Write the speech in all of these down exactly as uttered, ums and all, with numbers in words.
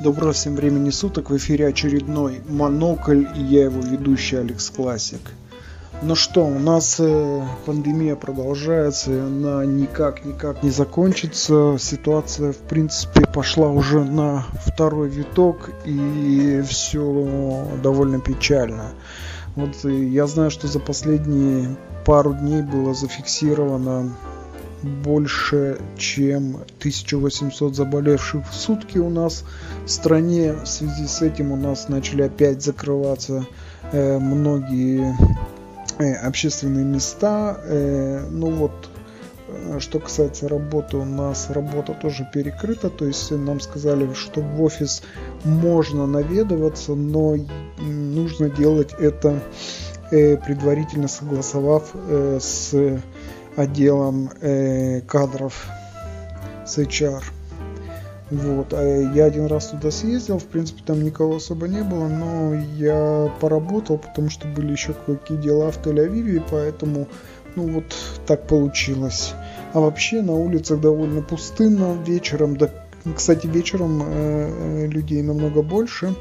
Доброго всем времени суток, в эфире очередной Монокль и я его ведущий Алекс Классик. Ну что, у нас э, пандемия продолжается, она никак-никак не закончится. Ситуация в принципе пошла уже на второй виток и все довольно печально. Вот э, я знаю, что за последние пару дней было зафиксировано больше чем тысяча восемьсот заболевших в сутки у нас в стране. В связи с этим у нас начали опять закрываться э, многие э, общественные места. Э, ну вот, э, что касается работы, у нас работа тоже перекрыта. То есть нам сказали, что в офис можно наведываться, но нужно делать это э, предварительно согласовав э, с отделом э, кадров, с эйч ар. Вот. А я один раз туда съездил, в принципе там никого особо не было, но я поработал, потому что были еще какие дела в Тель-Авиве, поэтому ну вот так получилось. А вообще на улицах довольно пустынно вечером, да, кстати, вечером э, людей намного больше,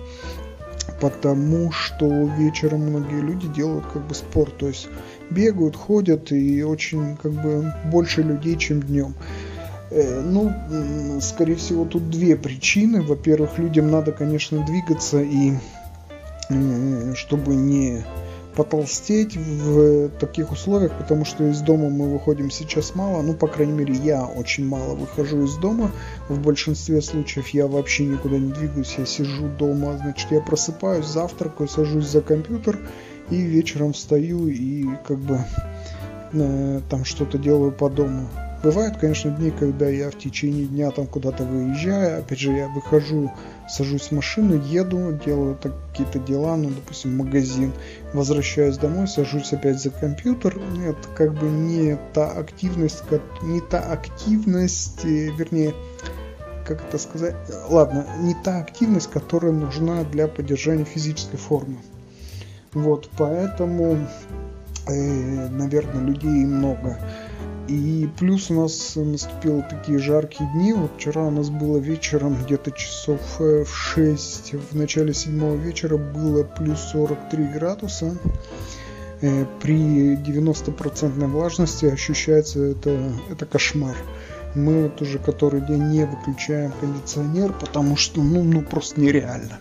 потому что вечером многие люди делают как бы спорт, то есть бегают, ходят, и очень как бы больше людей, чем днем. Э, ну, скорее всего, тут две причины. Во-первых, людям надо, конечно, двигаться, и э, чтобы не потолстеть в таких условиях, потому что из дома мы выходим сейчас мало, ну, по крайней мере, я очень мало выхожу из дома. В большинстве случаев я вообще никуда не двигаюсь, я сижу дома, значит, я просыпаюсь, завтракаю, сажусь за компьютер, и вечером встаю и как бы э, там что-то делаю по дому. Бывают, конечно, дни, когда я в течение дня там куда-то выезжаю. Опять же, я выхожу, сажусь в машину, еду, делаю так, какие-то дела, ну, допустим, в магазин. Возвращаюсь домой, сажусь опять за компьютер. Это как бы не та активность, как, не та активность, э, вернее, как это сказать? Ладно, не та активность, которая нужна для поддержания физической формы. Вот, поэтому, э, наверное, людей много. И плюс у нас наступили такие жаркие дни. Вот вчера у нас было вечером, где-то часов в шесть, в начале седьмого вечера было плюс сорок три градуса. Э, при девяносто процентов влажности ощущается это, это кошмар. Мы вот уже который день не выключаем кондиционер, потому что ну, ну просто нереально.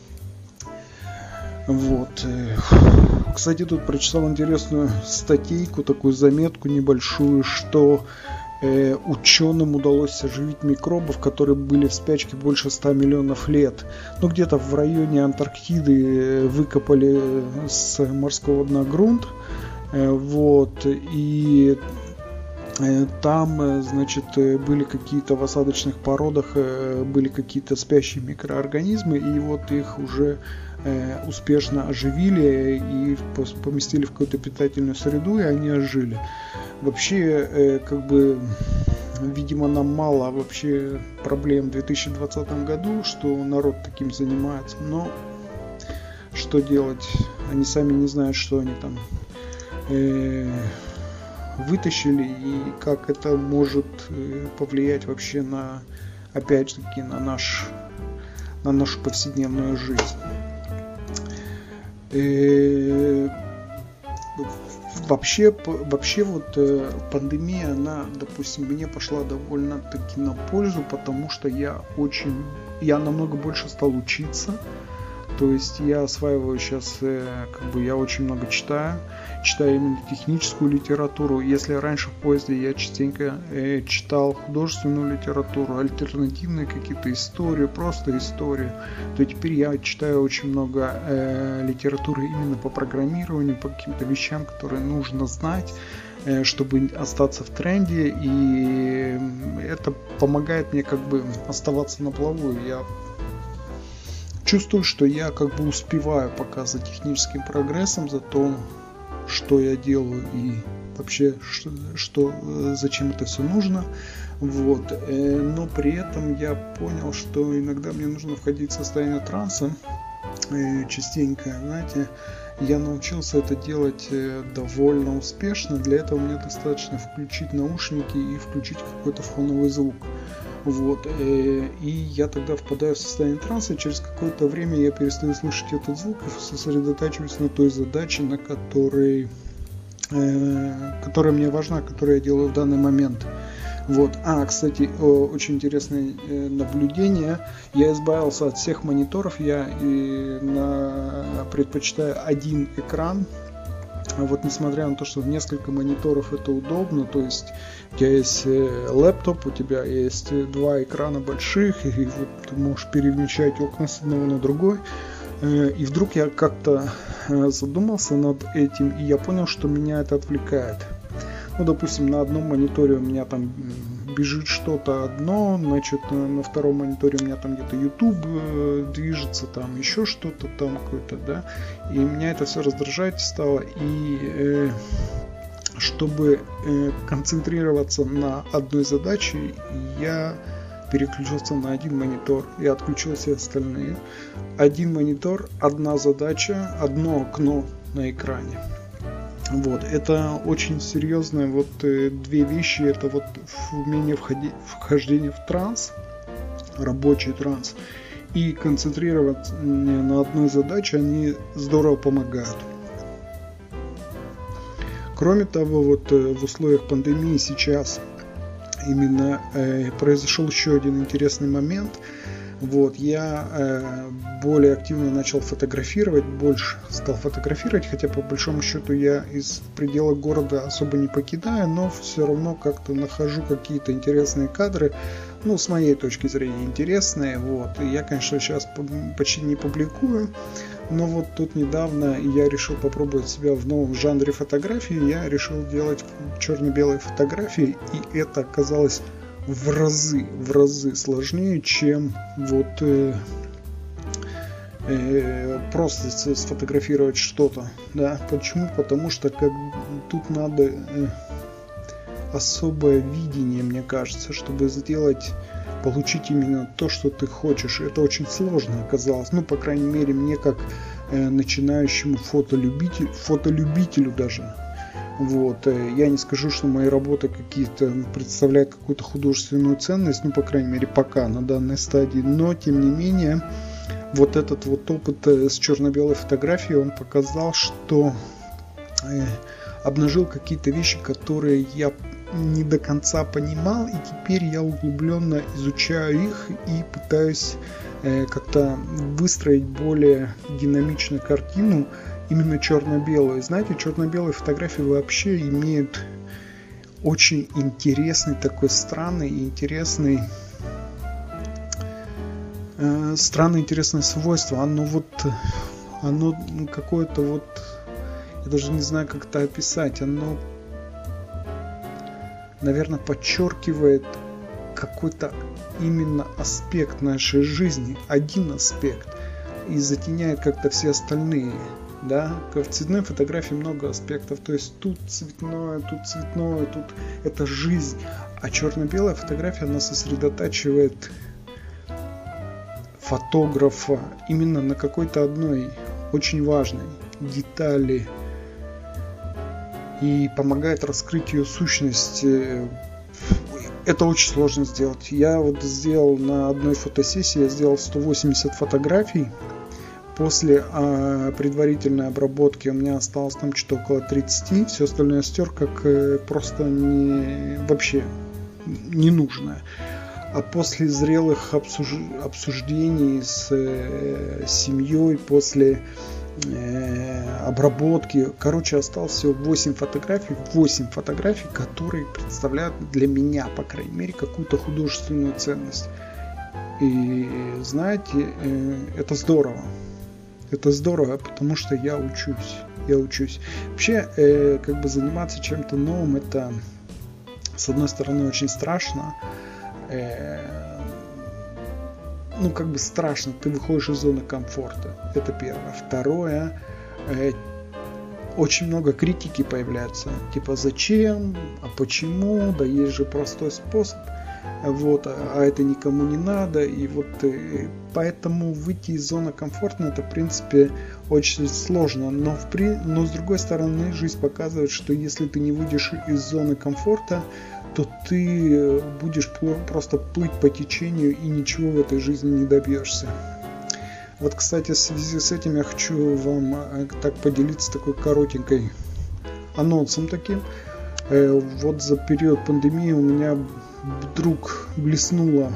Вот. Кстати, тут прочитал интересную статейку, такую заметку небольшую, что э, ученым удалось оживить микробов, которые были в спячке больше ста миллионов лет. Ну, где-то в районе Антарктиды выкопали с морского дна грунт. Э, вот. И э, там, значит, были какие-то в осадочных породах, э, были какие-то спящие микроорганизмы, и вот их уже успешно оживили и поместили в какую-то питательную среду, и они ожили. Вообще, как бы, видимо, нам мало вообще проблем в две тысячи двадцатом году, что народ таким занимается, но что делать? Они сами не знают, что они там э, вытащили и как это может повлиять вообще на, опять-таки, на наш, на нашу повседневную жизнь. И вообще, вообще вот пандемия, она, допустим, мне пошла довольно-таки на пользу, потому что я очень, я намного больше стал учиться. То есть я осваиваю сейчас, как бы я очень много читаю, читаю именно техническую литературу. Если раньше в поезде я частенько э, читал художественную литературу, альтернативные какие-то истории, просто историю, то теперь я читаю очень много э, литературы именно по программированию, по каким-то вещам, которые нужно знать, э, чтобы остаться в тренде, и это помогает мне как бы оставаться на плаву. Я чувствую, что я как бы успеваю пока за техническим прогрессом, за то, что я делаю и вообще, что, что зачем это все нужно. Вот. Но при этом я понял, что иногда мне нужно входить в состояние транса частенько. Знаете, я научился это делать довольно успешно. Для этого мне достаточно включить наушники и включить какой-то фоновый звук. Вот, и я тогда впадаю в состояние транса, и через какое-то время я перестаю слышать этот звук и сосредотачиваюсь на той задаче, на которой, которая мне важна, которую я делаю в данный момент. Вот. А, кстати, очень интересное наблюдение. Я избавился от всех мониторов, я и на... предпочитаю один экран. Вот, несмотря на то, что несколько мониторов это удобно, то есть у тебя есть лэптоп, у тебя есть два экрана больших, и вот ты можешь перемещать окна с одного на другой. И вдруг я как-то задумался над этим, и я понял, что меня это отвлекает. Ну, допустим, на одном мониторе у меня там бежит что-то одно, значит, на втором мониторе у меня там где-то YouTube движется, там еще что-то там какое-то, да, и меня это все раздражать стало, и э, чтобы э, концентрироваться на одной задаче, я переключился на один монитор и отключил все остальные. Один монитор, одна задача, одно окно на экране. Вот, это очень серьезные вот э, две вещи. Это вот умение входи, вхождения в транс, рабочий транс, и концентрироваться на одной задаче, они здорово помогают. Кроме того, вот э, в условиях пандемии сейчас именно э, произошел еще один интересный момент. Вот, я э, более активно начал фотографировать, больше стал фотографировать, хотя по большому счету я из предела города особо не покидаю, но все равно как-то нахожу какие-то интересные кадры, ну, с моей точки зрения интересные, вот, и я, конечно, сейчас почти не публикую, но вот тут недавно я решил попробовать себя в новом жанре фотографии, я решил делать черно-белые фотографии, и это оказалось в разы, в разы сложнее, чем вот э, э, просто сфотографировать что-то, да. Почему? Потому что как, тут надо э, особое видение, мне кажется, чтобы сделать, получить именно то, что ты хочешь. Это очень сложно оказалось, ну, по крайней мере, мне как э, начинающему фотолюбителю, фотолюбителю даже. Вот. Я не скажу, что мои работы какие-то представляют какую-то художественную ценность, ну, по крайней мере, пока на данной стадии, но, тем не менее, вот этот вот опыт с черно-белой фотографией, он показал, что э, обнажил какие-то вещи, которые я не до конца понимал, и теперь я углубленно изучаю их и пытаюсь э, как-то выстроить более динамичную картину, именно черно-белую. Знаете, черно-белые фотографии вообще имеют очень интересный такой странный и интересный э, странное интересное свойство. Оно вот оно какое-то вот, я даже не знаю, как это описать. Оно, наверное, подчеркивает какой-то именно аспект нашей жизни, один аспект, и затеняет как-то все остальные. Да, в цветной фотографии много аспектов, то есть тут цветное, тут цветное, тут это жизнь, а черно-белая фотография, она сосредотачивает фотографа именно на какой-то одной очень важной детали и помогает раскрыть ее сущность. Это очень сложно сделать. Я вот сделал на одной фотосессии, я сделал сто восемьдесят фотографий. После э, предварительной обработки у меня осталось там что-то около тридцать, все остальное стер как э, просто не, вообще ненужное. А после зрелых обсуж... обсуждений с э, семьей, после э, обработки, короче, осталось всего восемь фотографий, восемь фотографий, которые представляют для меня, по крайней мере, какую-то художественную ценность. И знаете, э, это здорово. Это здорово, потому что я учусь. Я учусь. Вообще, э, как бы заниматься чем-то новым, это, с одной стороны, очень страшно. Э, ну, как бы страшно. Ты выходишь из зоны комфорта. Это первое. Второе. Э, очень много критики появляется. Типа, зачем? А почему? Да есть же простой способ. Вот, а это никому не надо, и вот и поэтому выйти из зоны комфорта, это в принципе очень сложно, но, в, но с другой стороны жизнь показывает, что если ты не выйдешь из зоны комфорта, то ты будешь просто плыть по течению и ничего в этой жизни не добьешься. Вот, кстати, в связи с этим я хочу вам так поделиться такой коротенькой анонсом таким. Вот за период пандемии у меня вдруг блеснула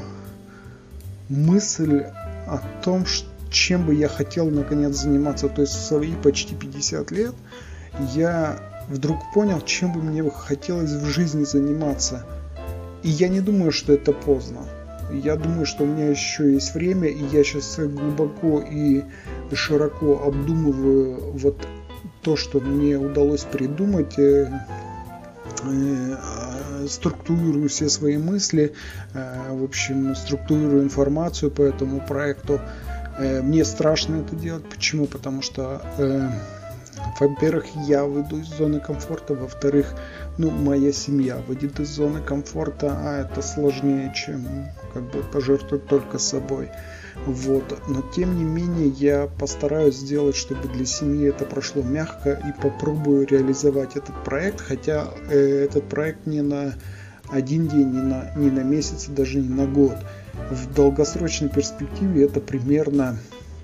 мысль о том, чем бы я хотел наконец заниматься. То есть в свои почти пятьдесят лет я вдруг понял, чем бы мне хотелось в жизни заниматься. И я не думаю, что это поздно. Я думаю, что у меня еще есть время, и я сейчас глубоко и широко обдумываю вот то, что мне удалось придумать, э, э, структурирую все свои мысли, э, в общем, структурирую информацию по этому проекту. Э, мне страшно это делать. Почему? Потому что э, во-первых, я выйду из зоны комфорта, во-вторых, ну, моя семья выйдет из зоны комфорта, а это сложнее, чем как бы пожертвовать только собой. Вот. Но тем не менее я постараюсь сделать, чтобы для семьи это прошло мягко, и попробую реализовать этот проект, хотя э, этот проект не на один день, не на, не на месяц, даже не на год. В долгосрочной перспективе это примерно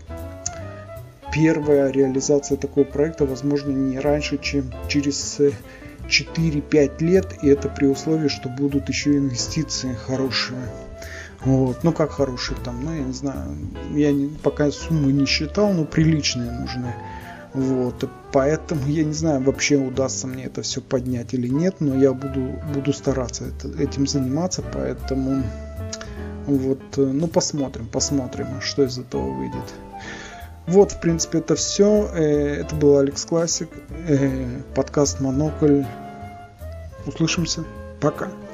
первая реализация такого проекта, возможно, не раньше, чем через четыре-пять лет, и это при условии, что будут еще инвестиции хорошие. Вот. Ну как хорошие там, ну я не знаю, я не, пока суммы не считал, но приличные нужны. Вот. Поэтому я не знаю, вообще удастся мне это все поднять или нет, но я буду, буду стараться это, этим заниматься, поэтому вот, ну посмотрим, посмотрим, что из этого выйдет. Вот, в принципе, это все. Это был Алекс Классик, подкаст Монокль. Услышимся. Пока.